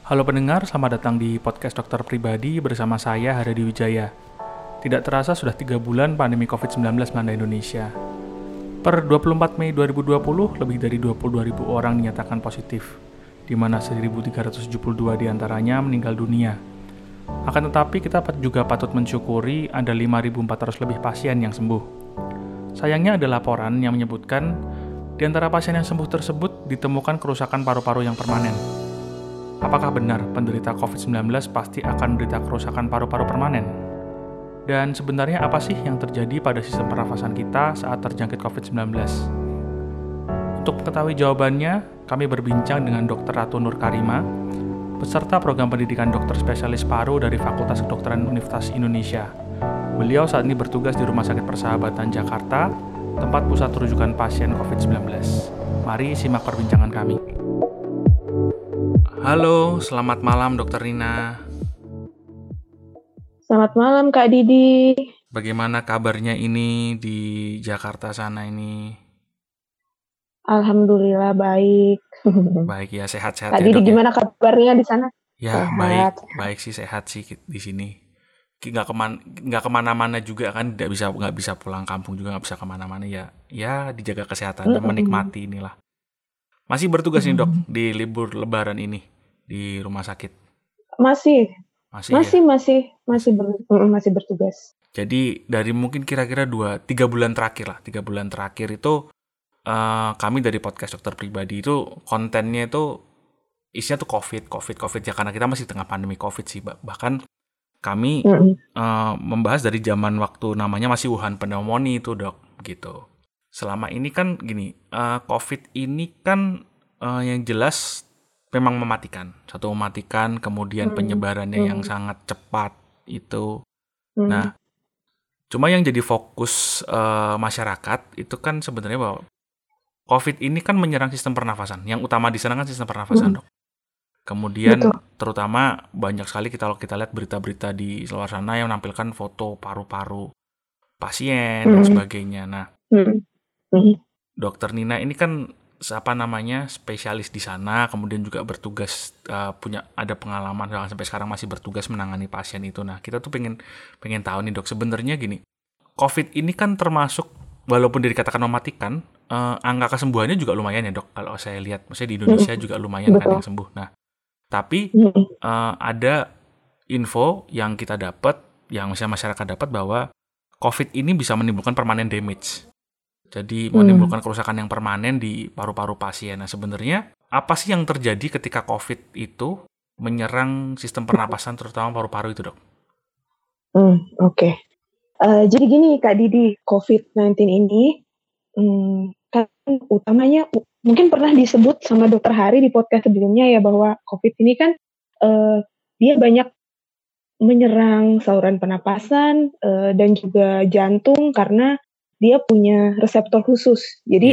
Halo pendengar, selamat datang di podcast Dokter Pribadi bersama saya Haryadi Wijaya. Tidak terasa sudah 3 bulan pandemi COVID-19 melanda Indonesia. Per 24 Mei 2020, lebih dari 22.000 orang dinyatakan positif, di mana 1.372 diantaranya meninggal dunia. Akan tetapi kita juga patut mensyukuri ada 5.400 lebih pasien yang sembuh. Sayangnya ada laporan yang menyebutkan di antara pasien yang sembuh tersebut ditemukan kerusakan paru-paru yang permanen. Apakah benar penderita COVID-19 pasti akan menderita kerusakan paru-paru permanen? Dan sebenarnya apa sih yang terjadi pada sistem pernafasan kita saat terjangkit COVID-19? Untuk mengetahui jawabannya, kami berbincang dengan Dr. Ratu Nur Karima, peserta program pendidikan dokter spesialis paru dari Fakultas Kedokteran Universitas Indonesia. Beliau saat ini bertugas di Rumah Sakit Persahabatan Jakarta, tempat pusat rujukan pasien COVID-19. Mari simak perbincangan kami. Halo, selamat malam Dokter Nina. Selamat malam Kak Didi. Bagaimana kabarnya ini di Jakarta sana ini? Alhamdulillah baik. Baik ya, sehat-sehat Kak ya Didi Dok ya? gimana kabarnya di sana? Ya, Sehat. baik sih, sehat sih di sini. Nggak kemana-mana juga kan, nggak bisa pulang kampung juga, nggak bisa kemana-mana ya. Ya dijaga kesehatan dan menikmati inilah. Masih bertugas nih Dok di libur Lebaran ini di rumah sakit. Masih Ya. bertugas. Jadi dari mungkin kira-kira 3 bulan terakhir itu kami dari podcast Dokter Pribadi itu kontennya itu isinya tuh COVID ya, karena kita masih tengah pandemi COVID sih. Bahkan kami membahas dari zaman waktu namanya masih Wuhan pneumonia itu Dok, gitu. Selama ini kan gini, COVID ini kan yang jelas memang mematikan. Satu mematikan, kemudian penyebarannya yang sangat cepat itu. Nah, cuma yang jadi fokus masyarakat itu kan sebenarnya bahwa COVID ini kan menyerang sistem pernafasan. Yang utama di sana kan sistem pernafasan, Dok. Kemudian terutama banyak sekali kalau kita lihat berita-berita di luar sana yang menampilkan foto paru-paru pasien dan sebagainya. Nah, Dokter Nina ini kan spesialis di sana, kemudian juga bertugas ada pengalaman sampai sekarang masih bertugas menangani pasien itu. Nah, kita tuh pengen tahu nih Dok, sebenarnya gini, COVID ini kan termasuk walaupun dikatakan mematikan, angka kesembuhannya juga lumayan ya Dok. Kalau saya lihat, maksudnya di Indonesia juga lumayan kan yang sembuh. Nah, tapi ada info yang kita dapat, yang misalnya masyarakat dapat bahwa COVID ini bisa menimbulkan permanent damage. Jadi menimbulkan kerusakan yang permanen di paru-paru pasien. Nah, sebenarnya apa sih yang terjadi ketika COVID itu menyerang sistem pernapasan terutama paru-paru itu, Dok? Oke. Jadi gini Kak Didi, COVID-19 ini kan utamanya mungkin pernah disebut sama Dokter Hari di podcast sebelumnya ya, bahwa COVID ini kan dia banyak menyerang saluran pernapasan dan juga jantung karena dia punya reseptor khusus. Jadi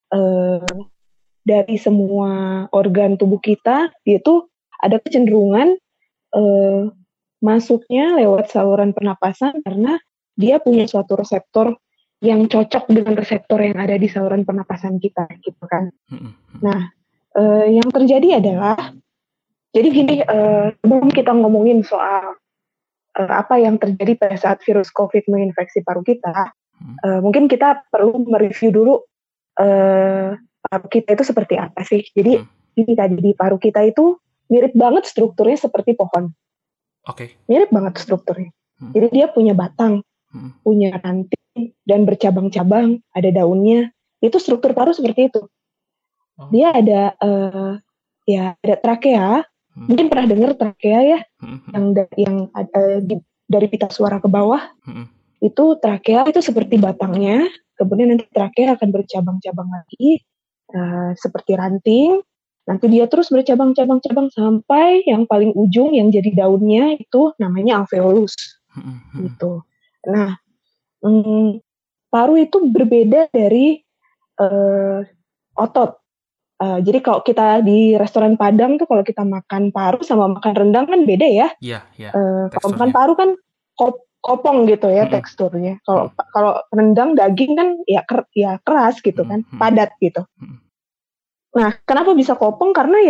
dari semua organ tubuh kita, dia tuh ada kecenderungan masuknya lewat saluran pernapasan karena dia punya suatu reseptor yang cocok dengan reseptor yang ada di saluran pernapasan kita, gitu kan. Nah, yang terjadi adalah, jadi gini, sebelum kita ngomongin soal apa yang terjadi pada saat virus COVID menginfeksi paru kita, mungkin kita perlu mereview dulu paru kita itu seperti apa sih. Jadi di paru kita itu mirip banget strukturnya seperti pohon. Mirip banget strukturnya. Jadi dia punya batang, punya ranting, dan bercabang-cabang, ada daunnya. Itu struktur paru seperti itu. Dia ada ada trakea. Mungkin pernah dengar trakea ya, yang dari pita suara ke bawah. Itu trakea itu seperti batangnya, kemudian nanti trakea akan bercabang-cabang lagi, seperti ranting. Nanti dia terus bercabang-cabang sampai yang paling ujung yang jadi daunnya itu namanya alveolus. Gitu. Nah, paru itu berbeda dari otot. Jadi kalau kita di restoran Padang tuh, kalau kita makan paru sama makan rendang kan beda ya. Iya. Kalau makan paru kan kopong gitu ya teksturnya. Kalau rendang daging kan ya keras gitu kan, padat gitu. Nah, kenapa bisa kopong? Karena ya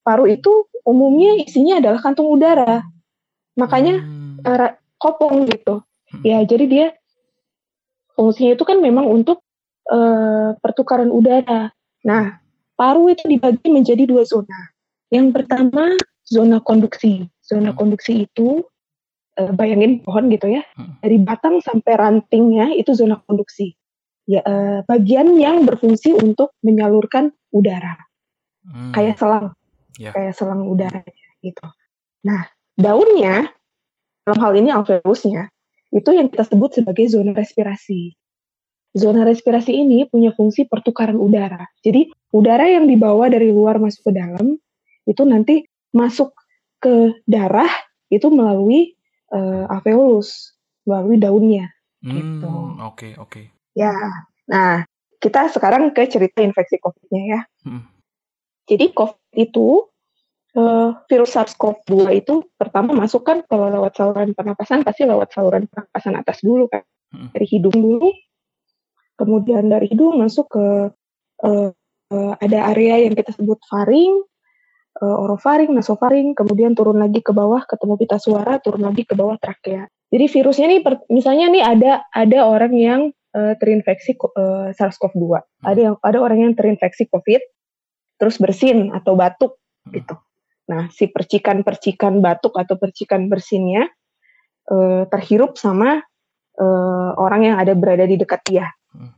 paru itu umumnya isinya adalah kantung udara. Makanya kopong gitu. Ya, jadi dia fungsinya itu kan memang untuk pertukaran udara. Nah, paru itu dibagi menjadi 2 zona. Yang pertama, zona konduksi. Zona konduksi itu, bayangin pohon gitu ya, dari batang sampai rantingnya itu zona konduksi. Ya, bagian yang berfungsi untuk menyalurkan udara. Kayak selang. Kayak selang udara gitu. Nah, daunnya, dalam hal ini alveolusnya, itu yang kita sebut sebagai zona respirasi. Zona respirasi ini punya fungsi pertukaran udara. Jadi udara yang dibawa dari luar masuk ke dalam itu nanti masuk ke darah itu melalui alveolus, melalui daunnya. Gitu. Oke. Ya, nah kita sekarang ke cerita infeksi COVID-nya ya. Jadi COVID itu virus SARS-CoV-2 itu pertama masuk kan kalau lewat saluran pernapasan pasti lewat saluran pernapasan atas dulu kan, dari hidung dulu. Kemudian dari hidung masuk ke ada area yang kita sebut faring, orofaring, nasofaring, kemudian turun lagi ke bawah ketemu pita suara, turun lagi ke bawah trakea. Jadi virusnya nih, misalnya nih ada orang yang terinfeksi SARS-CoV-2, ada orang yang terinfeksi COVID, terus bersin atau batuk gitu. Nah, si percikan-percikan batuk atau percikan bersinnya terhirup sama orang yang berada di dekat dia.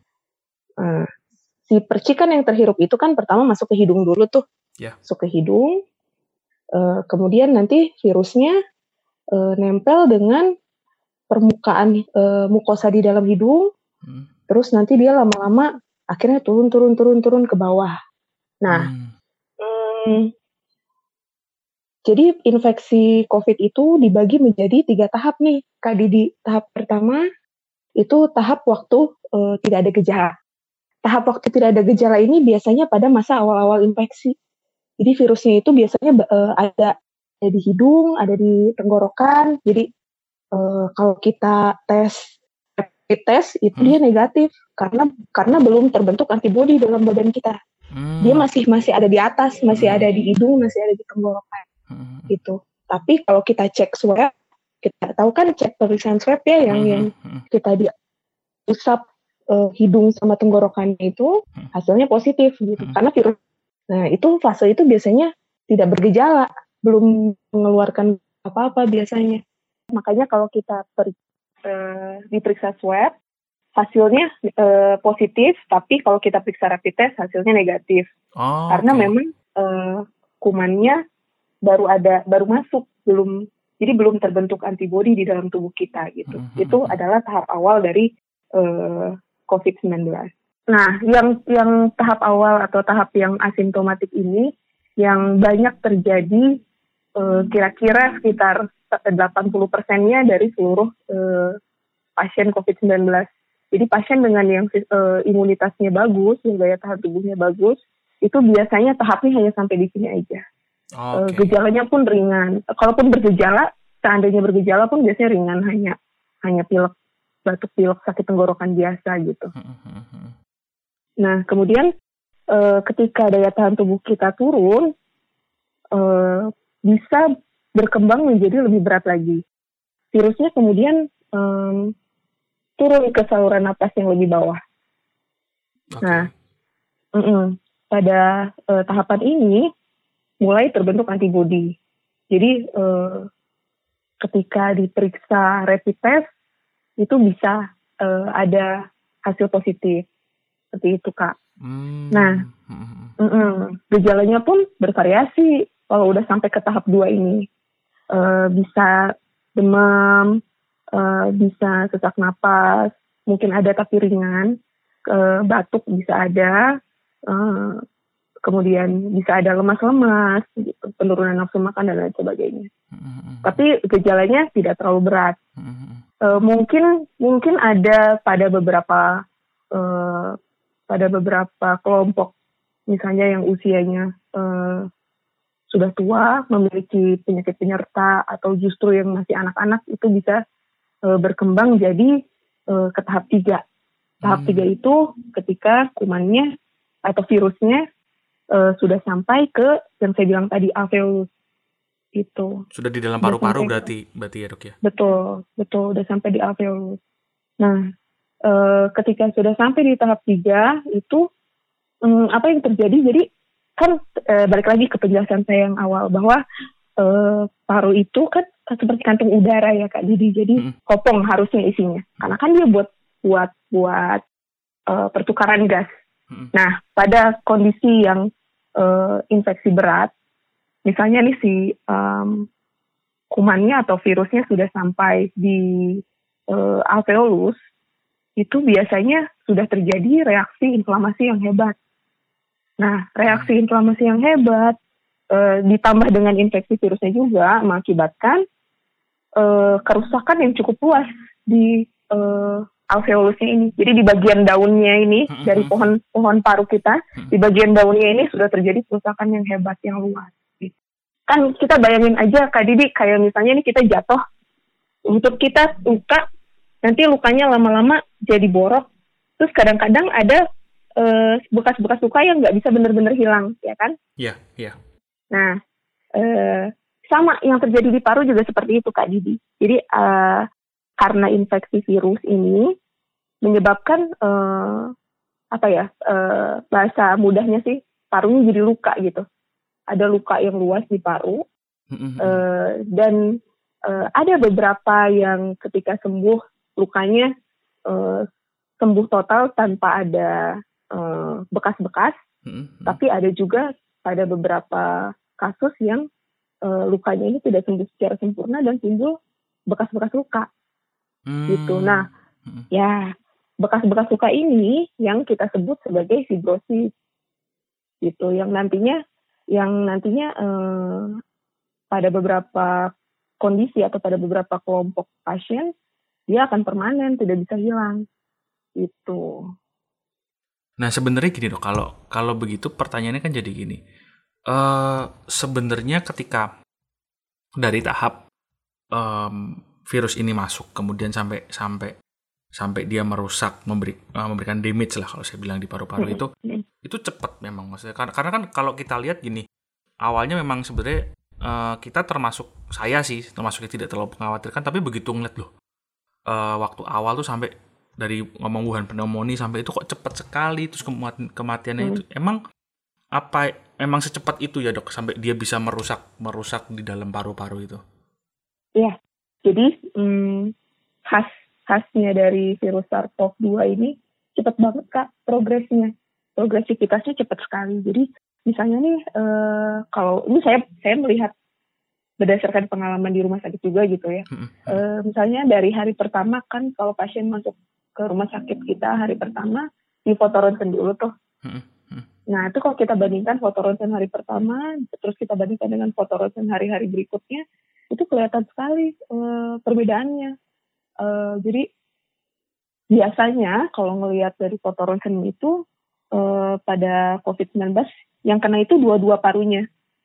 Si percikan yang terhirup itu kan pertama masuk ke hidung dulu tuh, masuk ke hidung, kemudian nanti virusnya nempel dengan permukaan mukosa di dalam hidung, terus nanti dia lama-lama akhirnya turun ke bawah. Nah, jadi infeksi COVID itu dibagi menjadi 3 tahap nih, Kak Didi. Tahap pertama itu tahap waktu tidak ada gejala. Tahap waktu tidak ada gejala ini biasanya pada masa awal-awal infeksi. Jadi virusnya itu biasanya ada di hidung, ada di tenggorokan. Jadi kalau kita rapid test itu dia negatif karena belum terbentuk antibodi dalam badan kita. Dia masih ada di atas, masih ada di hidung, masih ada di tenggorokan. Gitu. Tapi kalau kita cek swab, kita tahu kan cek pemeriksaan swab ya yang kita diusap hidung sama tenggorokannya itu hasilnya positif gitu. Karena virus. Nah, itu fase itu biasanya tidak bergejala, belum mengeluarkan apa-apa biasanya. Makanya kalau kita diperiksa swab, hasilnya positif, tapi kalau kita periksa rapid test hasilnya negatif. Karena memang kumannya baru masuk, jadi belum terbentuk antibodi di dalam tubuh kita gitu. Itu adalah tahap awal dari COVID-19. Nah, yang tahap awal atau tahap yang asimptomatik ini yang banyak terjadi kira-kira sekitar 80%-nya dari seluruh pasien COVID-19. Jadi pasien dengan yang imunitasnya bagus, yang daya tahan tubuhnya bagus, itu biasanya tahapnya hanya sampai di sini aja. Gejalanya pun ringan. Kalaupun bergejala, seandainya bergejala pun biasanya ringan, hanya pilek, batuk pilek, sakit tenggorokan biasa gitu. Nah, kemudian ketika daya tahan tubuh kita turun, bisa berkembang menjadi lebih berat lagi. Virusnya kemudian turun ke saluran napas yang lebih bawah. Nah, pada tahapan ini mulai terbentuk antibodi. Jadi ketika diperiksa rapid test itu bisa ada hasil positif. Seperti itu, Kak. Nah, gejalanya pun bervariasi kalau udah sampai ke tahap 2 ini. Bisa demam, bisa sesak napas, mungkin ada tapi ringan, batuk bisa ada, kemudian bisa ada lemas-lemas, gitu, penurunan nafsu makan dan lain sebagainya. Tapi gejalanya tidak terlalu berat. Mungkin ada pada beberapa kelompok, misalnya yang usianya sudah tua, memiliki penyakit penyerta, atau justru yang masih anak-anak, itu bisa berkembang jadi ke tahap 3. Tahap 3 itu ketika kumannya atau virusnya sudah sampai ke yang saya bilang tadi alveolus itu. Sudah di dalam paru-paru berarti ya dok ya? Betul, udah sampai di alveolus. Nah, ketika sudah sampai di tahap 3 itu apa yang terjadi? Jadi kan balik lagi ke penjelasan saya yang awal bahwa paru itu kan seperti kantung udara ya Kak Didi. Jadi kopong harusnya isinya, karena kan dia buat pertukaran gas. Nah, pada kondisi yang infeksi berat, misalnya nih si kumannya atau virusnya sudah sampai di alveolus, itu biasanya sudah terjadi reaksi inflamasi yang hebat. Nah, reaksi inflamasi yang hebat ditambah dengan infeksi virusnya juga mengakibatkan kerusakan yang cukup luas di alveolusnya ini. Jadi di bagian daunnya ini dari pohon paru kita, di bagian daunnya ini sudah terjadi kerusakan yang hebat, yang luas. Kan kita bayangin aja Kak Didi, kayak misalnya nih kita jatuh, untuk kita luka, nanti lukanya lama-lama jadi borok, terus kadang-kadang ada bekas-bekas luka yang nggak bisa benar-benar hilang, ya kan? Iya. Nah, sama yang terjadi di paru juga seperti itu Kak Didi. Jadi karena infeksi virus ini menyebabkan bahasa mudahnya sih parunya jadi luka gitu. Ada luka yang luas di paru dan ada beberapa yang ketika sembuh lukanya sembuh total tanpa ada bekas-bekas, tapi ada juga pada beberapa kasus yang lukanya ini tidak sembuh secara sempurna dan timbul bekas-bekas luka. Gitu. Nah, ya bekas-bekas luka ini yang kita sebut sebagai fibrosis. Gitu, yang nantinya pada beberapa kondisi atau pada beberapa kelompok pasien dia akan permanen, tidak bisa hilang. Gitu. Nah, sebenarnya gini dok, kalau begitu pertanyaannya kan jadi gini. Sebenarnya ketika dari tahap virus ini masuk, kemudian sampai dia merusak, memberikan damage lah kalau saya bilang di paru-paru itu cepat memang maksudnya. Karena kan kalau kita lihat gini, awalnya memang sebenarnya kita saya termasuk yang tidak terlalu mengkhawatirkan, tapi begitu ngeliat loh waktu awal tuh sampai dari ngomong Wuhan pneumonia sampai itu kok cepat sekali, terus kematiannya itu emang secepat itu ya dok, sampai dia bisa merusak di dalam paru-paru itu? Iya, jadi khasnya dari virus SARS-CoV-2 ini cepat banget Kak progresivitasnya cepat sekali. Jadi misalnya nih kalau ini saya melihat berdasarkan pengalaman di rumah sakit juga gitu ya. Misalnya dari hari pertama kan kalau pasien masuk ke rumah sakit kita hari pertama di fotoronsen dulu tuh. Nah itu kalau kita bandingkan fotoronsen hari pertama terus kita bandingkan dengan fotoronsen hari-hari berikutnya, itu kelihatan sekali perbedaannya. Jadi biasanya kalau ngelihat dari fotoronsen itu pada COVID-19 yang kena itu dua-dua parunya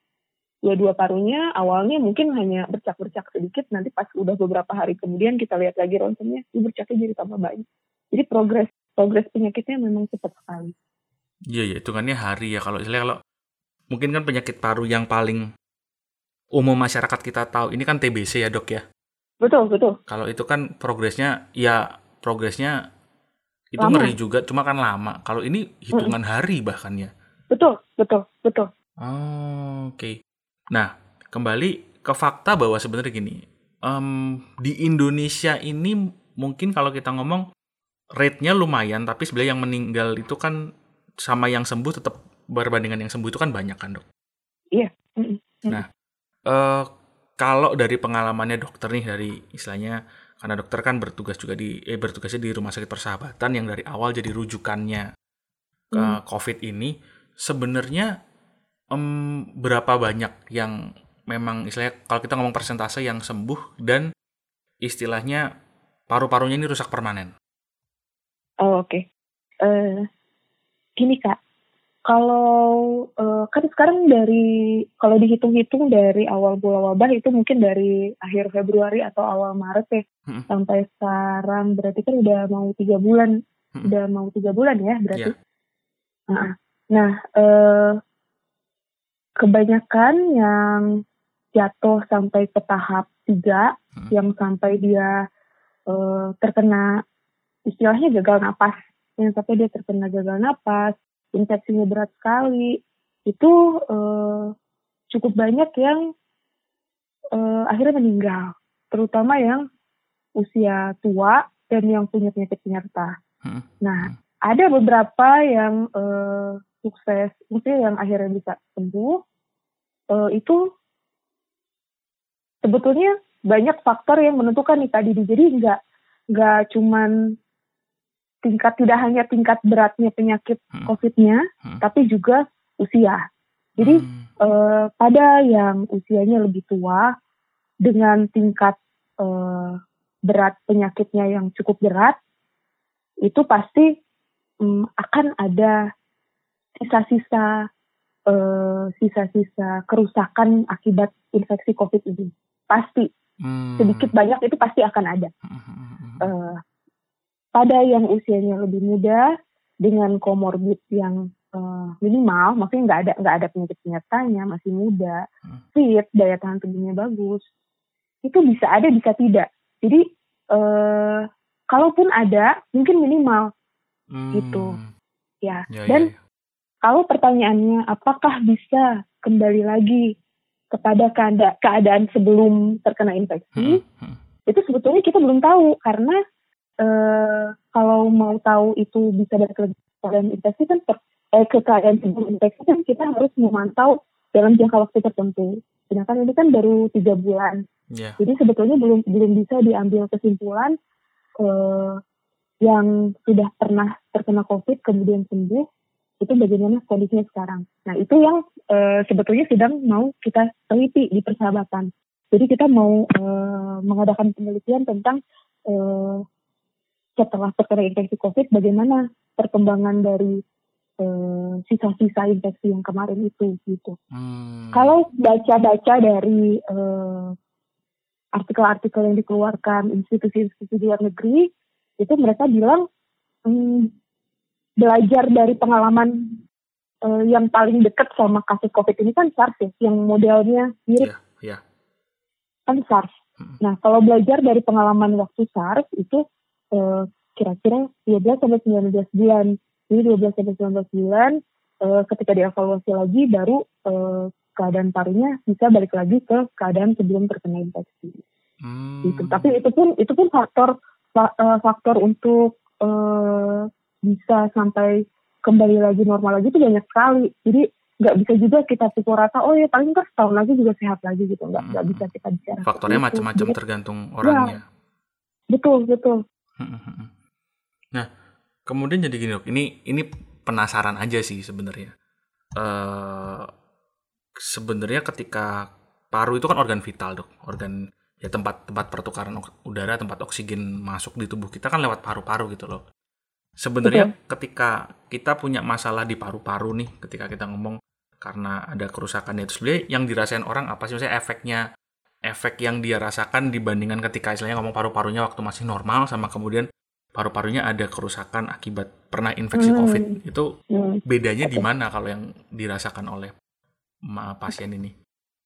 awalnya mungkin hanya bercak-bercak sedikit, nanti pas udah beberapa hari kemudian kita lihat lagi ronsennya, bercaknya jadi tambah banyak. Jadi progres penyakitnya memang cepat sekali. Iya, hitungannya hari ya. Kalau mungkin kan penyakit paru yang paling umum masyarakat kita tahu ini kan TBC ya dok ya. Betul. Kalau itu kan progresnya itu lama. ngeri juga, cuma kan lama. Kalau ini hitungan hari bahkan ya. Betul. Oh, oke. Nah, kembali ke fakta bahwa sebenarnya gini, di Indonesia ini mungkin kalau kita ngomong rate-nya lumayan, tapi sebenarnya yang meninggal itu kan sama yang sembuh tetap berbandingan yang sembuh itu kan banyak kan dok? Iya. Nah, kalau dari pengalamannya dokter nih, dari istilahnya karena dokter kan bertugasnya di Rumah Sakit Persahabatan yang dari awal jadi rujukannya ke COVID ini, sebenarnya berapa banyak yang memang istilahnya kalau kita ngomong persentase yang sembuh dan istilahnya paru-parunya ini rusak permanen? Oh, oke. Gini Kak, kalau kan sekarang kalau dihitung-hitung dari awal mula wabah itu mungkin dari akhir Februari atau awal Maret ya, sampai sekarang berarti kan udah mau 3 bulan, ya berarti. Yeah. Nah, kebanyakan yang jatuh sampai ke tahap 3, yang sampai dia terkena istilahnya gagal napas, yang sampai dia terkena gagal napas, infeksinya berat sekali, itu cukup banyak yang akhirnya meninggal, terutama yang usia tua dan yang punya penyakit penyerta. Nah, ada beberapa yang sukses, maksudnya yang akhirnya bisa sembuh, itu sebetulnya banyak faktor yang menentukan nih tadi. Jadi nggak cuman tidak hanya tingkat beratnya penyakit COVID-nya, tapi juga usia. Jadi pada yang usianya lebih tua dengan tingkat berat penyakitnya yang cukup berat, itu pasti akan ada sisa-sisa kerusakan akibat infeksi COVID ini. Pasti sedikit banyak itu pasti akan ada. Pada yang usianya lebih muda dengan komorbid yang minimal, maksudnya nggak ada penyakit penyertanya, masih muda, fit, daya tahan tubuhnya bagus, itu bisa ada bisa tidak. Jadi kalaupun ada mungkin minimal gitu ya. Dan kalau pertanyaannya apakah bisa kembali lagi kepada keadaan sebelum terkena infeksi, itu sebetulnya kita belum tahu, karena kalau mau tahu itu bisa balik lagi ke keadaan infeksi kan ke keadaan sebelum infeksi kan kita harus memantau dalam jangka waktu tertentu. Sedangkan ini kan baru 3 bulan. Jadi sebetulnya belum bisa diambil kesimpulan yang sudah pernah terkena COVID kemudian sembuh itu bagaimana kondisinya sekarang. Nah, itu yang sebetulnya sedang mau kita teliti di persahabatan. Jadi kita mau mengadakan penelitian tentang setelah terkena infeksi COVID, bagaimana perkembangan dari sisa-sisa infeksi yang kemarin itu gitu. Kalau baca-baca dari artikel-artikel yang dikeluarkan institusi-institusi di luar negeri, itu mereka bilang belajar dari pengalaman yang paling dekat sama kasus COVID ini kan SARS ya, yang modelnya mirip kan SARS. Nah, kalau belajar dari pengalaman waktu SARS itu kira-kira 12-19 bulan. Jadi 12-19 bulan ketika dievaluasi lagi baru keadaan parunya bisa balik lagi ke keadaan sebelum terkena infeksi. Gitu. Tapi itu pun faktor untuk bisa sampai kembali lagi normal lagi itu banyak sekali. Jadi nggak bisa juga kita pukul rata, oh ya paling kan setahun lagi juga sehat lagi gitu. Nggak bisa kita bicara. Faktornya macam-macam tergantung orangnya. Ya, betul. Nah, kemudian jadi gini dok, ini penasaran aja sih sebenarnya. Sebenarnya ketika paru itu kan organ vital dok, organ ya tempat pertukaran udara, tempat oksigen masuk di tubuh kita kan lewat paru-paru gitu loh. Sebenarnya ketika kita punya masalah di paru-paru nih, ketika kita ngomong karena ada kerusakan itu sebenarnya yang dirasain orang apa sih? Maksudnya efek yang dia rasakan dibandingkan ketika istilahnya ngomong paru-parunya waktu masih normal sama kemudian paru-parunya ada kerusakan akibat pernah infeksi COVID. Itu bedanya di mana kalau yang dirasakan oleh pasien ini?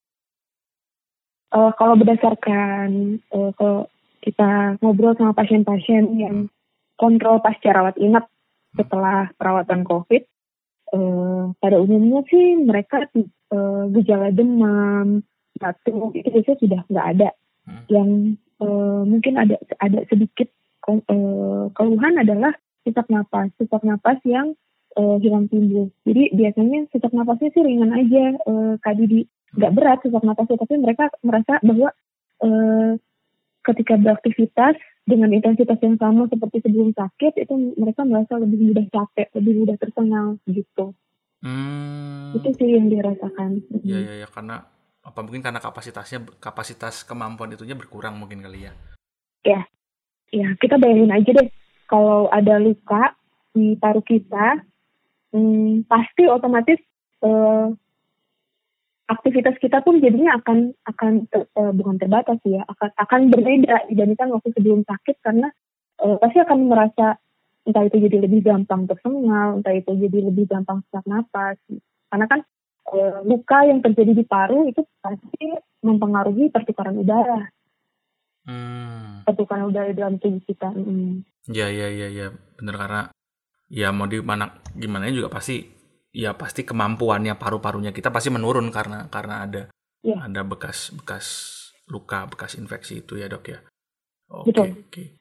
Kalau berdasarkan kalau kita ngobrol sama pasien-pasien yang kontrol pasca rawat inap setelah perawatan COVID, pada umumnya sih mereka gejala demam, batuk itu biasanya sudah nggak ada. Yang mungkin ada sedikit keluhan adalah sesak napas yang hilang timbul. Jadi biasanya sesak napasnya sih ringan aja, nggak berat sesak napasnya, tapi mereka merasa bahwa ketika beraktivitas dengan intensitas yang sama seperti sebelum sakit, itu mereka merasa lebih mudah capek, lebih mudah tersengal gitu. Itu sih yang dirasakan. Ya, karena apa mungkin karena kapasitas kemampuan itunya berkurang mungkin kali ya. Ya, kita bayangin aja deh, kalau ada luka di paru kita, pasti otomatis aktivitas kita pun jadinya akan bukan terbatas ya, akan berbeda dibandingkan waktu sebelum sakit, karena pasti akan merasa entah itu jadi lebih gampang tersengal, entah itu jadi lebih gampang sesak napas, karena kan luka yang terjadi di paru itu pasti mempengaruhi pertukaran udara. Pertukaran udara dalam tubuh kita. Ya, benar, karena ya mau di mana gimana juga pasti kemampuannya paru-parunya kita pasti menurun karena ada bekas luka, bekas infeksi itu ya, Dok ya. Oke.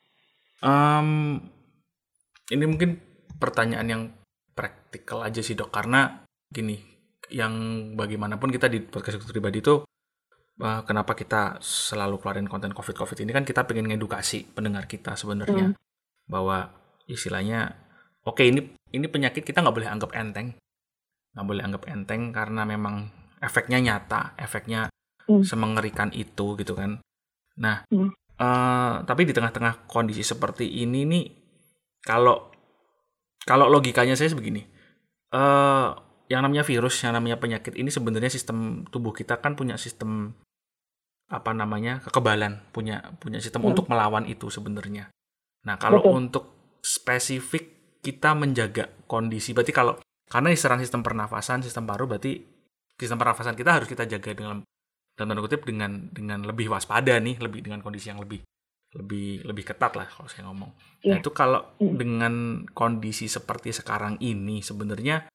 Ini mungkin pertanyaan yang praktikal aja sih, Dok, karena gini, yang bagaimanapun kita di podcast dokter pribadi itu kenapa kita selalu keluarin konten COVID ini kan kita pengen ngedukasi pendengar kita sebenarnya bahwa istilahnya ini penyakit kita nggak boleh anggap enteng karena memang efeknya nyata, efeknya semengerikan itu gitu kan. Nah, tapi di tengah-tengah kondisi seperti ini nih, kalau logikanya saya sebegini, yang namanya virus, yang namanya penyakit ini sebenarnya sistem tubuh kita kan punya sistem kekebalan, punya sistem untuk melawan itu sebenarnya. Nah, kalau untuk spesifik kita menjaga kondisi, berarti karena diserang sistem pernafasan, sistem paru, berarti sistem pernafasan kita harus kita jaga dalam tanda kutip dengan lebih waspada nih, dengan kondisi yang lebih ketat lah kalau saya ngomong. Nah, itu kalau dengan kondisi seperti sekarang ini sebenarnya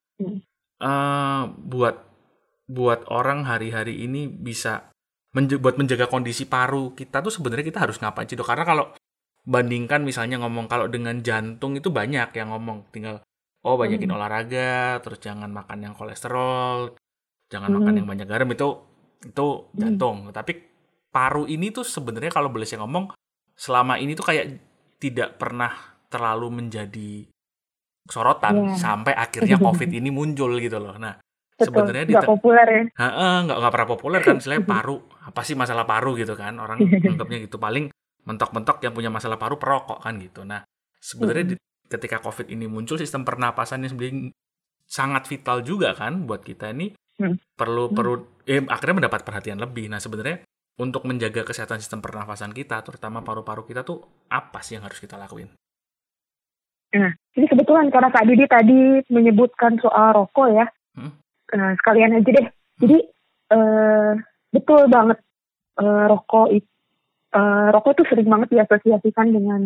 buat orang hari-hari ini bisa buat menjaga kondisi paru kita tuh sebenarnya kita harus ngapain sih, Dok? Karena kalau bandingkan misalnya ngomong kalau dengan jantung itu banyak yang ngomong tinggal banyakin olahraga, terus jangan makan yang kolesterol, jangan makan yang banyak garam, itu jantung. Tapi paru ini tuh sebenarnya kalau boleh saya ngomong selama ini tuh kayak tidak pernah terlalu menjadi sorotan sampai akhirnya COVID ini muncul gitu loh. Nah, sebenarnya nggak populer ya. Nggak pernah populer kan, istilahnya paru. Apa sih masalah paru gitu kan? Orang anggapnya gitu, paling mentok-mentok yang punya masalah paru perokok kan gitu. Nah, sebenarnya ketika COVID ini muncul, sistem pernapasannya sebenarnya sangat vital juga kan buat kita ini. Perlu akhirnya mendapat perhatian lebih. Nah, sebenarnya untuk menjaga kesehatan sistem pernafasan kita, terutama paru-paru kita tuh apa sih yang harus kita lakuin? Nah, ini kebetulan karena Kak Didi tadi menyebutkan soal rokok ya. Sekalian aja deh. Jadi betul banget, rokok itu sering banget diasosiasikan dengan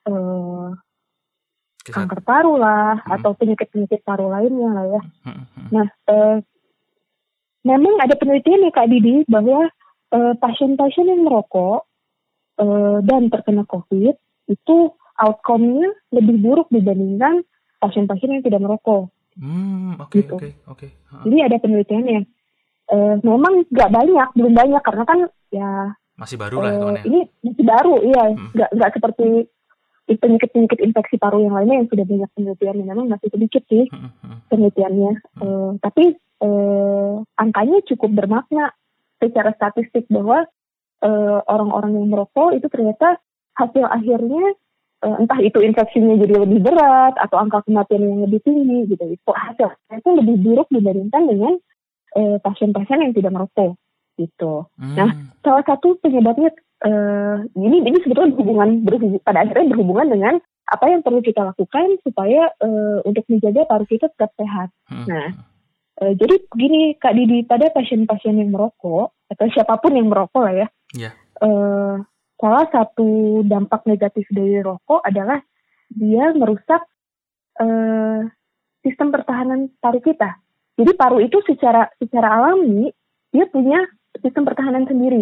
kanker paru lah atau penyakit paru lainnya lah ya. Nah, memang ada penelitian ya Kak Didi bahwa pasien-pasien yang merokok dan terkena COVID itu outcome-nya lebih buruk dibandingkan pasien-pasien yang tidak merokok. Oke. Jadi ada penelitiannya. Memang belum banyak karena kan ya masih baru lah hitungannya. Ini masih baru, iya. Nggak seperti penyakit infeksi paru yang lainnya yang sudah banyak penelitiannya. Memang masih sedikit sih penelitiannya. Tapi angkanya cukup bermakna secara statistik bahwa orang-orang yang merokok itu ternyata hasil akhirnya entah itu infeksinya jadi lebih berat atau angka kematian yang lebih tinggi gitu. Itu hasilnya itu lebih buruk dibandingkan dengan pasien-pasien yang tidak merokok gitu. Nah, salah satu penyebabnya ini sebetulnya pada akhirnya berhubungan dengan apa yang perlu kita lakukan supaya untuk menjaga paru kita tetap sehat. Nah, jadi begini Kak Didi, pada pasien-pasien yang merokok atau siapapun yang merokok lah ya. Salah satu dampak negatif dari rokok adalah dia merusak sistem pertahanan paru kita. Jadi paru itu secara alami dia punya sistem pertahanan sendiri.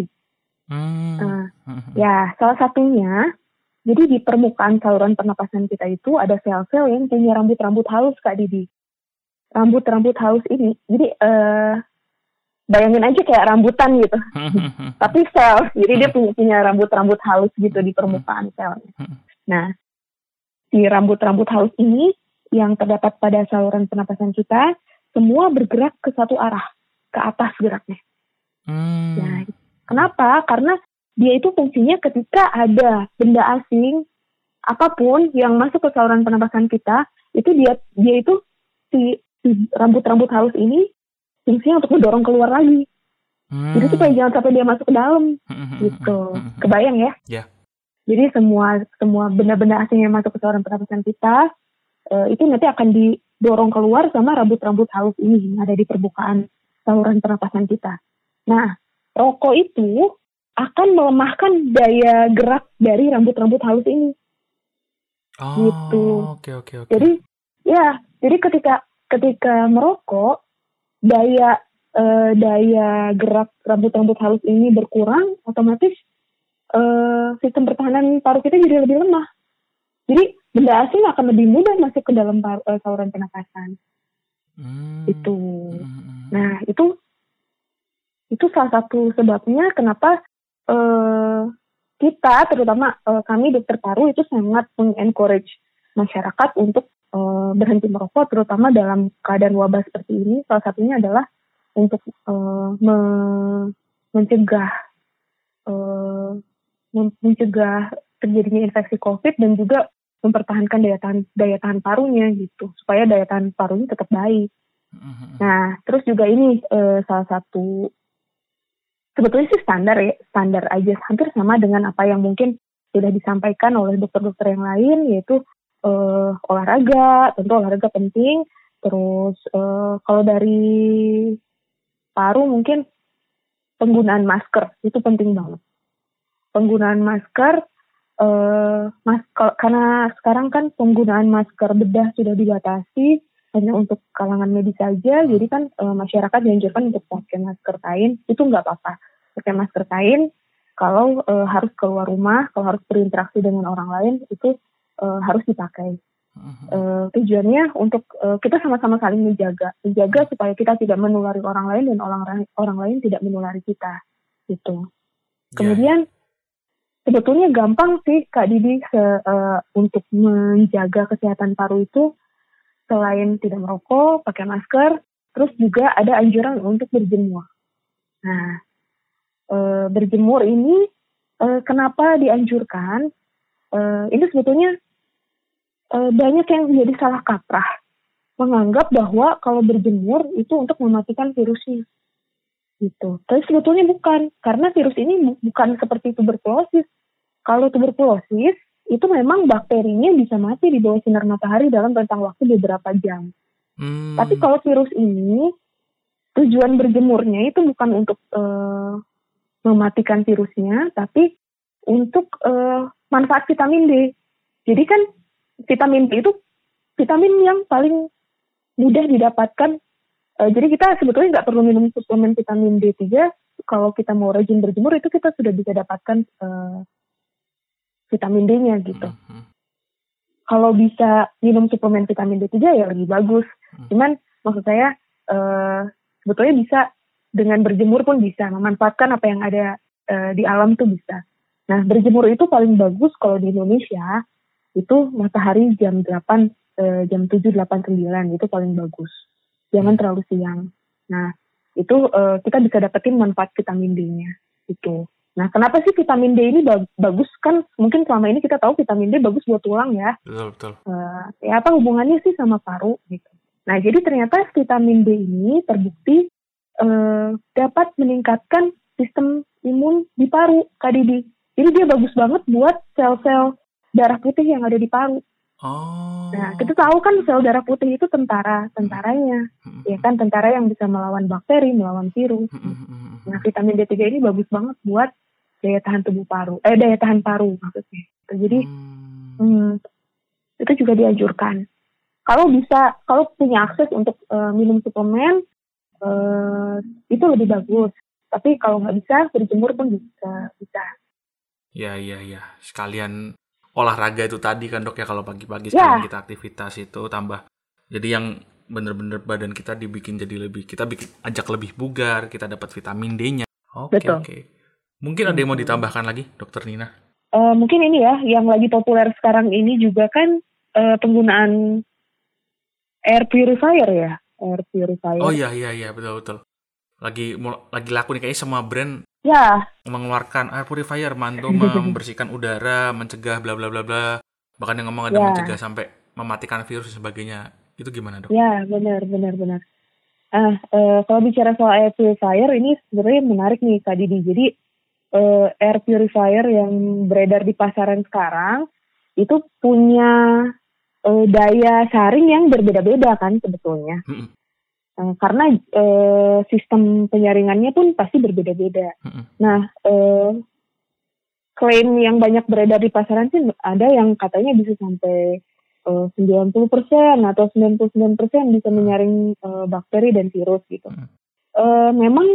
Ya, salah satunya, jadi di permukaan saluran pernapasan kita itu ada sel-sel yang punya rambut-rambut halus Kak Didi. Rambut-rambut halus ini, jadi bayangin aja kayak rambutan gitu, tapi sel, jadi dia punya rambut-rambut halus gitu di permukaan selnya. Nah, si rambut-rambut halus ini yang terdapat pada saluran pernapasan kita, semua bergerak ke satu arah, ke atas geraknya. Nah, kenapa? Karena dia itu fungsinya ketika ada benda asing, apapun yang masuk ke saluran pernapasan kita, itu dia itu si rambut-rambut halus ini fungsinya untuk mendorong keluar lagi. Jadi supaya jangan sampai dia masuk ke dalam, gitu. Kebayang ya? Yeah. Jadi semua benda-benda asing yang masuk ke saluran pernapasan kita itu nanti akan didorong keluar sama rambut-rambut halus ini yang ada di permukaan saluran pernapasan kita. Nah, rokok itu akan melemahkan daya gerak dari rambut-rambut halus ini. Gitu. Oke. Jadi ketika merokok, daya gerak rambut-rambut halus ini berkurang, otomatis sistem pertahanan paru kita jadi lebih lemah. Jadi benda asing akan lebih mudah masuk ke dalam saluran pernapasan. Itu. Nah, itu salah satu sebabnya kenapa kita, terutama kami dokter paru itu sangat mengencourage masyarakat untuk berhenti merokok, terutama dalam keadaan wabah seperti ini. Salah satunya adalah untuk mencegah terjadinya infeksi COVID dan juga mempertahankan daya tahan parunya gitu, supaya daya tahan parunya tetap baik. Nah, terus juga ini salah satu, sebetulnya sih standar aja, hampir sama dengan apa yang mungkin sudah disampaikan oleh dokter-dokter yang lain, yaitu olahraga, tentu olahraga penting. Terus kalau dari paru mungkin penggunaan masker itu penting banget. Penggunaan masker, karena sekarang kan penggunaan masker bedah sudah dibatasi hanya untuk kalangan medis saja, jadi kan masyarakat dianjurkan untuk pakai masker kain. Itu nggak apa-apa, pakai masker kain kalau harus keluar rumah, kalau harus berinteraksi dengan orang lain, itu harus dipakai. Tujuannya untuk kita sama-sama saling menjaga supaya kita tidak menulari orang lain dan orang lain tidak menulari kita, gitu. Kemudian sebetulnya gampang sih Kak Didi untuk menjaga kesehatan paru itu. Selain tidak merokok, pakai masker, terus juga ada anjuran untuk berjemur. Nah, berjemur ini kenapa dianjurkan? Ini sebetulnya banyak yang menjadi salah kaprah, menganggap bahwa kalau berjemur itu untuk mematikan virusnya, gitu. Tapi sebetulnya bukan, karena virus ini bukan seperti tuberkulosis. Kalau tuberkulosis itu memang bakterinya bisa mati di bawah sinar matahari dalam rentang waktu beberapa jam. Tapi kalau virus ini, tujuan berjemurnya itu bukan untuk mematikan virusnya, tapi untuk manfaat vitamin D. Jadi kan vitamin D itu vitamin yang paling mudah didapatkan. Jadi kita sebetulnya nggak perlu minum suplemen vitamin D3. Kalau kita mau rajin berjemur itu kita sudah bisa dapatkan vitamin D-nya gitu. Kalau bisa minum suplemen vitamin D3 ya lebih bagus. Cuman maksud saya sebetulnya bisa dengan berjemur pun bisa memanfaatkan apa yang ada di alam tuh bisa. Nah, berjemur itu paling bagus kalau di Indonesia itu matahari jam 8, jam 7, 8, 9 itu paling bagus. Jangan terlalu siang. Nah, itu kita bisa dapetin manfaat vitamin D-nya gitu. Nah, kenapa sih vitamin D ini bagus? Kan mungkin selama ini kita tahu vitamin D bagus buat tulang ya. Betul. Ya apa hubungannya sih sama paru gitu. Nah, jadi ternyata vitamin D ini terbukti dapat meningkatkan sistem imun di paru, Kak Didi. Jadi dia bagus banget buat sel-sel darah putih yang ada di paru. Nah, kita tahu kan sel darah putih itu tentaranya. Ya kan, tentara yang bisa melawan bakteri, melawan virus. Nah, vitamin D3 ini bagus banget buat daya tahan daya tahan paru maksudnya. Jadi itu juga dianjurkan. Kalau punya akses untuk minum suplemen itu lebih bagus. Tapi kalau nggak bisa, berjemur pun bisa. Ya. Sekalian olahraga itu tadi kan dok ya, kalau pagi-pagi sekalian kita aktivitas itu tambah. Jadi yang bener-bener badan kita dibikin jadi kita ajak lebih bugar, kita dapat vitamin D-nya. Oke. Mungkin ada yang mau ditambahkan lagi, Dokter Nina? Mungkin ini ya, yang lagi populer sekarang ini juga kan penggunaan air purifier ya. Air purifier. Oh iya, betul. Lagi laku nih, kayaknya semua brand mengeluarkan air purifier, mantu membersihkan udara, mencegah bla bla bla bla. Bahkan yang ngomong ada mencegah sampai mematikan virus dan sebagainya. Itu gimana, Dok? Ya, benar. Kalau bicara soal air purifier ini sebenarnya menarik nih Kak Didi. Jadi air purifier yang beredar di pasaran sekarang itu punya daya saring yang berbeda-beda kan sebetulnya. Karena sistem penyaringannya pun pasti berbeda-beda. Nah, klaim yang banyak beredar di pasaran sih ada yang katanya bisa sampai 90% atau 99% bisa menyaring bakteri dan virus gitu. Memang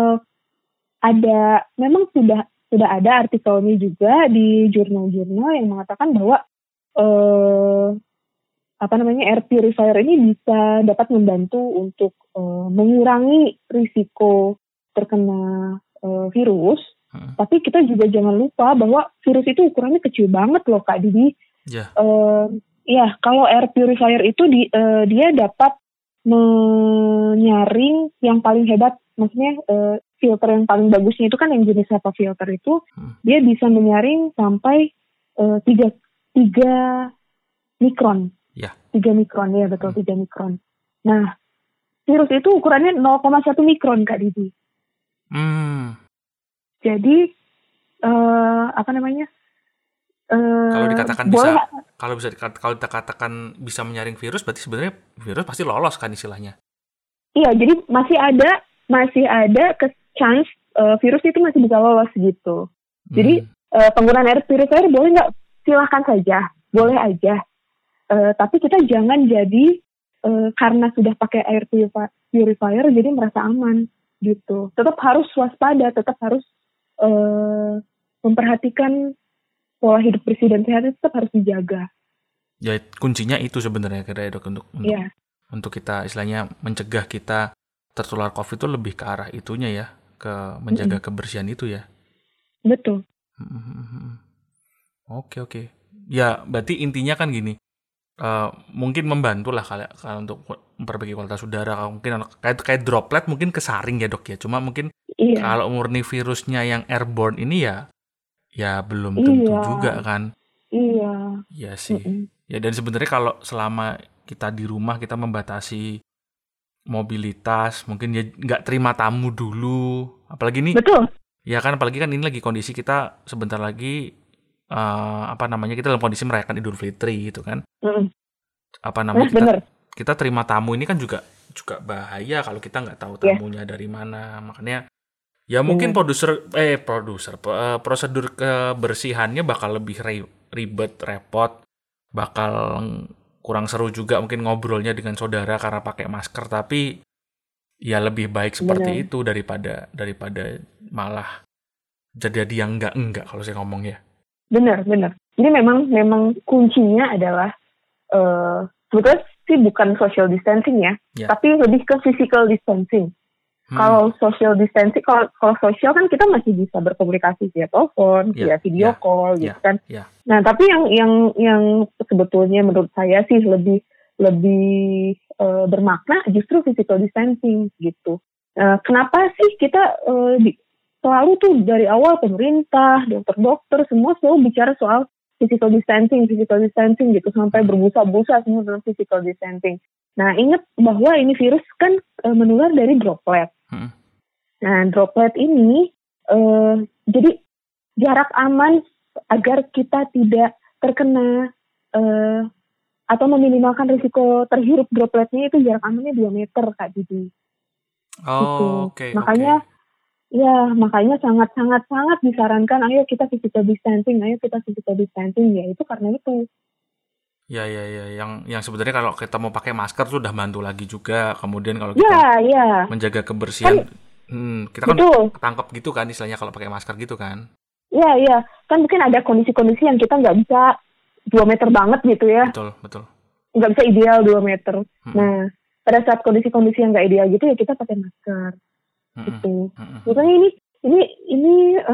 sudah ada artikelnya juga di jurnal-jurnal yang mengatakan bahwa air purifier ini bisa dapat membantu untuk mengurangi risiko terkena virus. Tapi kita juga jangan lupa bahwa virus itu ukurannya kecil banget loh Kak Didi. Kalau air purifier itu dia dapat menyaring yang paling hebat, maksudnya filter yang paling bagusnya itu kan yang jenis HEPA filter itu, dia bisa menyaring sampai 3 mikron. 3 mikron, ya betul, 3 mikron. Nah, virus itu ukurannya 0,1 mikron Kak Didi. Jadi kalau dikatakan kalau dikatakan bisa menyaring virus, berarti sebenarnya virus pasti lolos kan istilahnya. Iya, jadi masih ada chance virus itu masih bisa lolos gitu. Jadi penggunaan air purifier boleh nggak? Silahkan saja, boleh aja. Tapi kita jangan jadi karena sudah pakai air purifier jadi merasa aman gitu. Tetap harus waspada, tetap harus memperhatikan pola hidup bersih dan sehat itu tetap harus dijaga. Ya, kuncinya itu sebenarnya kira-kira Dok, untuk kita istilahnya mencegah kita tertular COVID itu lebih ke arah itunya ya, ke menjaga kebersihan itu ya. Betul. Oke. Ya, berarti intinya kan gini. Mungkin membantu lah kalau untuk memperbaiki kualitas udara, mungkin kayak droplet mungkin kesaring ya Dok ya, cuma mungkin kalau murni virusnya yang airborne ini ya belum tentu juga kan. Iya sih. Ya, dan sebenarnya kalau selama kita di rumah kita membatasi mobilitas, mungkin ya nggak terima tamu dulu, apalagi ini. Betul. Ya kan, apalagi kan ini lagi kondisi kita sebentar lagi kita dalam kondisi merayakan Idul Fitri gitu kan. Kita terima tamu ini kan juga bahaya kalau kita nggak tahu tamunya dari mana. Makanya ya mungkin prosedur kebersihannya bakal lebih ribet, repot, bakal kurang seru juga mungkin ngobrolnya dengan saudara karena pakai masker. Tapi ya lebih baik seperti itu daripada malah jadi yang enggak kalau saya ngomong ya. Benar. Jadi memang kuncinya adalah sebetulnya sih bukan social distancing ya, tapi lebih ke physical distancing. Kalau social distancing, kalau social kan kita masih bisa berkomunikasi via telepon, via video call gitu kan. Nah, tapi yang sebetulnya menurut saya sih lebih bermakna justru physical distancing gitu. Kenapa sih kita selalu tuh dari awal pemerintah, dokter semua selalu bicara soal physical distancing gitu sampai berbusa-busa semua dalam physical distancing. Nah, ingat bahwa ini virus kan menular dari droplet. Nah, droplet ini jadi jarak aman agar kita tidak terkena atau meminimalkan risiko terhirup dropletnya itu jarak amannya 2 meter Kak Didi. Oke. Makanya sangat disarankan ayo kita physical distancing ya itu karena itu. Ya, yang sebenarnya kalau kita mau pakai masker tuh udah bantu lagi juga. Kemudian kalau kita menjaga kebersihan, kita kan ketangkep gitu kan istilahnya kalau pakai masker gitu kan. Iya, kan mungkin ada kondisi-kondisi yang kita nggak bisa 2 meter banget gitu ya. Betul. Nggak bisa ideal 2 meter. Nah, pada saat kondisi-kondisi yang nggak ideal gitu ya kita pakai masker. Gitu. Makanya ini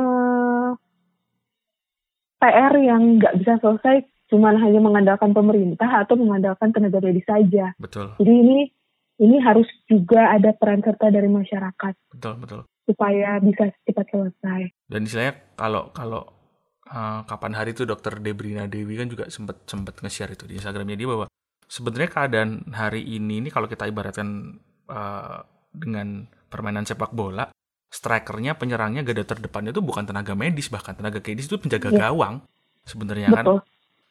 PR yang nggak bisa selesai cuma hanya mengandalkan pemerintah atau mengandalkan tenaga medis saja. Betul. Jadi ini harus juga ada peran serta dari masyarakat. Betul. Supaya bisa cepat selesai. Dan istilahnya kalau kapan hari itu Dr. Debrina Dewi kan juga sempat nge-share itu di Instagramnya dia bahwa sebenarnya keadaan hari ini kalau kita ibaratkan dengan permainan sepak bola, strikernya, penyerangnya, garda terdepannya itu bukan tenaga medis, bahkan tenaga medis itu penjaga gawang sebenarnya kan.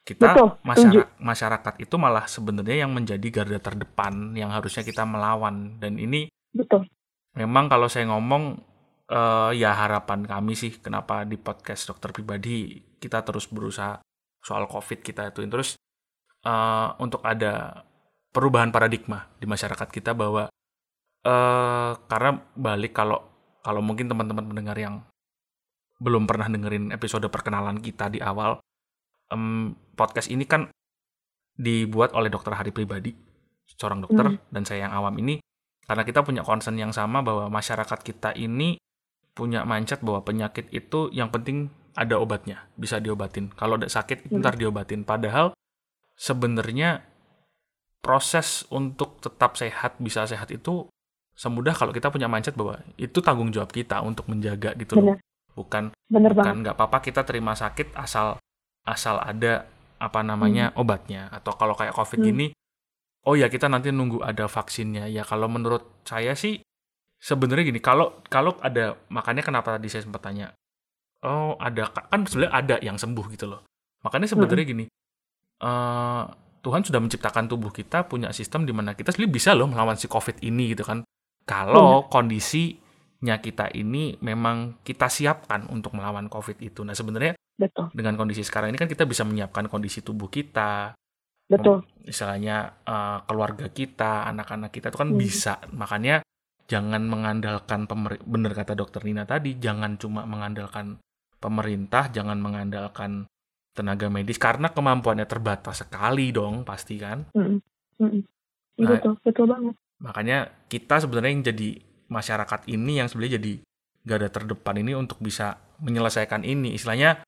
kita masyarakat itu malah sebenarnya yang menjadi garda terdepan yang harusnya kita melawan. Dan ini memang kalau saya ngomong ya harapan kami sih, kenapa di podcast Dokter Pribadi kita terus berusaha soal COVID kita itu terus untuk ada perubahan paradigma di masyarakat kita bahwa karena balik kalau mungkin teman-teman pendengar yang belum pernah dengerin episode perkenalan kita di awal, podcast ini kan dibuat oleh Dokter Hari Pribadi, seorang dokter, dan saya yang awam ini, karena kita punya concern yang sama bahwa masyarakat kita ini punya mindset bahwa penyakit itu yang penting ada obatnya, bisa diobatin. Kalau ada sakit, ntar diobatin. Padahal sebenarnya proses untuk tetap sehat, bisa sehat itu semudah kalau kita punya mindset bahwa itu tanggung jawab kita untuk menjaga gitu loh. Bukan nggak apa-apa kita terima sakit asal ada obatnya. Atau kalau kayak COVID gini, oh ya kita nanti nunggu ada vaksinnya. Ya kalau menurut saya sih sebenarnya gini, kalau ada, makanya kenapa tadi saya sempat tanya, oh ada, kan sebenarnya ada yang sembuh gitu loh. Makanya sebenarnya gini, Tuhan sudah menciptakan tubuh kita punya sistem di mana kita sebenarnya bisa loh melawan si COVID ini gitu kan. Kalau kondisinya kita ini memang kita siapkan untuk melawan COVID itu. Nah sebenarnya dengan kondisi sekarang ini kan kita bisa menyiapkan kondisi tubuh kita. Misalnya keluarga kita, anak-anak kita itu kan bisa. Makanya jangan mengandalkan benar kata Dokter Nina tadi, jangan cuma mengandalkan pemerintah, jangan mengandalkan tenaga medis karena kemampuannya terbatas sekali dong pasti kan. Betul banget. Makanya kita sebenarnya yang jadi masyarakat ini yang sebenarnya jadi garda terdepan ini untuk bisa menyelesaikan ini. Istilahnya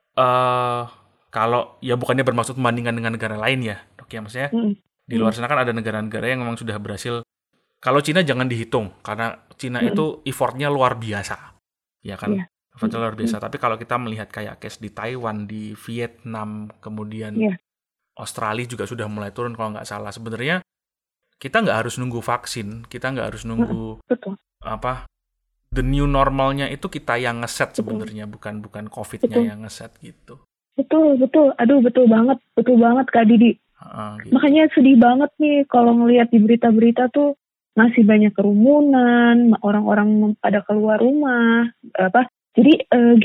kalau ya bukannya bermaksud membandingkan dengan negara lain ya, Dok ya, maksudnya di luar sana kan ada negara-negara yang memang sudah berhasil. Kalau Cina jangan dihitung karena Cina itu effortnya luar biasa. Ya kan? Effortnya luar biasa. Tapi kalau kita melihat kayak case di Taiwan, di Vietnam, kemudian Australia juga sudah mulai turun kalau nggak salah. Sebenarnya kita nggak harus nunggu vaksin, kita nggak harus nunggu the new normalnya itu kita yang ngeset sebenarnya, bukan COVID-nya yang ngeset gitu. Betul. Aduh, betul banget Kak Didi. Gitu. Makanya sedih banget nih kalau ngelihat di berita-berita tuh masih banyak kerumunan, orang-orang pada keluar rumah, Jadi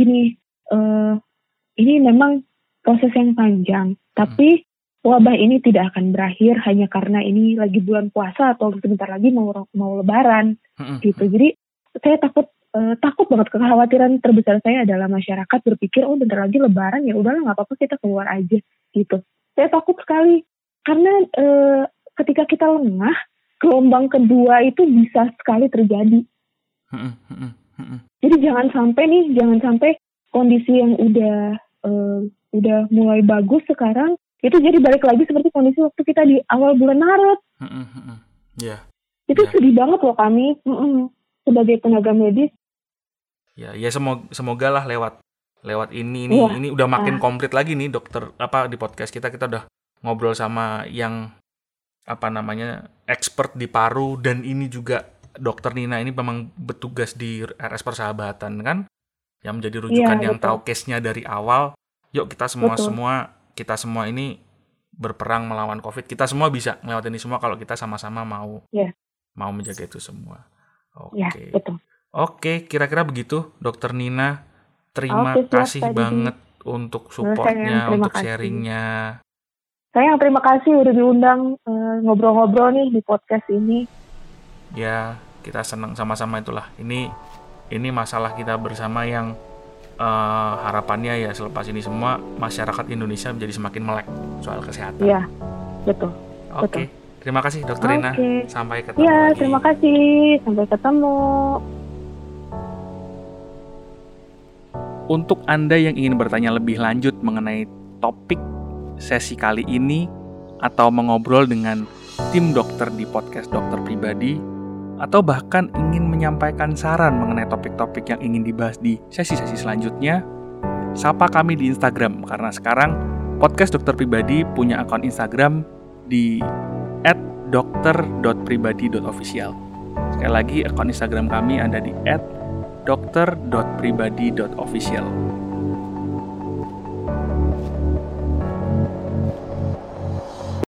ini memang proses yang panjang, tapi wabah ini tidak akan berakhir hanya karena ini lagi bulan puasa atau sebentar lagi mau lebaran gitu. Jadi saya takut banget, kekhawatiran terbesar saya adalah masyarakat berpikir bentar lagi lebaran, ya udahlah nggak apa-apa kita keluar aja gitu. Saya takut sekali karena ketika kita lengah, gelombang kedua itu bisa sekali terjadi. Jadi jangan sampai kondisi yang udah mulai bagus sekarang itu jadi balik lagi seperti kondisi waktu kita di awal bulan Maret. Itu sedih banget loh kami sebagai tenaga medis. Ya semoga lah lewat ini udah makin komplit lagi nih dokter di podcast kita udah ngobrol sama yang expert di paru, dan ini juga Dokter Nina ini memang bertugas di RS Persahabatan kan, yang menjadi rujukan yang tahu case-nya dari awal. Yuk kita semua ini berperang melawan COVID. Kita semua bisa melewati ini semua kalau kita sama-sama mau menjaga itu semua. Oke, kira-kira begitu Dokter Nina. Terima kasih banget untuk supportnya, untuk sharingnya. Saya yang terima kasih udah diundang ngobrol-ngobrol nih di podcast ini. Ya, kita senang sama-sama itulah. Ini masalah kita bersama yang harapannya ya selepas ini semua masyarakat Indonesia menjadi semakin melek soal kesehatan. Iya, betul. Oke. Terima kasih Dokter Nina. Sampai ketemu lagi. Terima kasih. Sampai ketemu. Untuk Anda yang ingin bertanya lebih lanjut mengenai topik sesi kali ini atau mengobrol dengan tim dokter di podcast Dokter Pribadi, atau bahkan ingin menyampaikan saran mengenai topik-topik yang ingin dibahas di sesi-sesi selanjutnya, sapa kami di Instagram, karena sekarang podcast Dokter Pribadi punya akun Instagram di @dokter.pribadi.official. Sekali lagi, akun Instagram kami ada di @dokter.pribadi.official.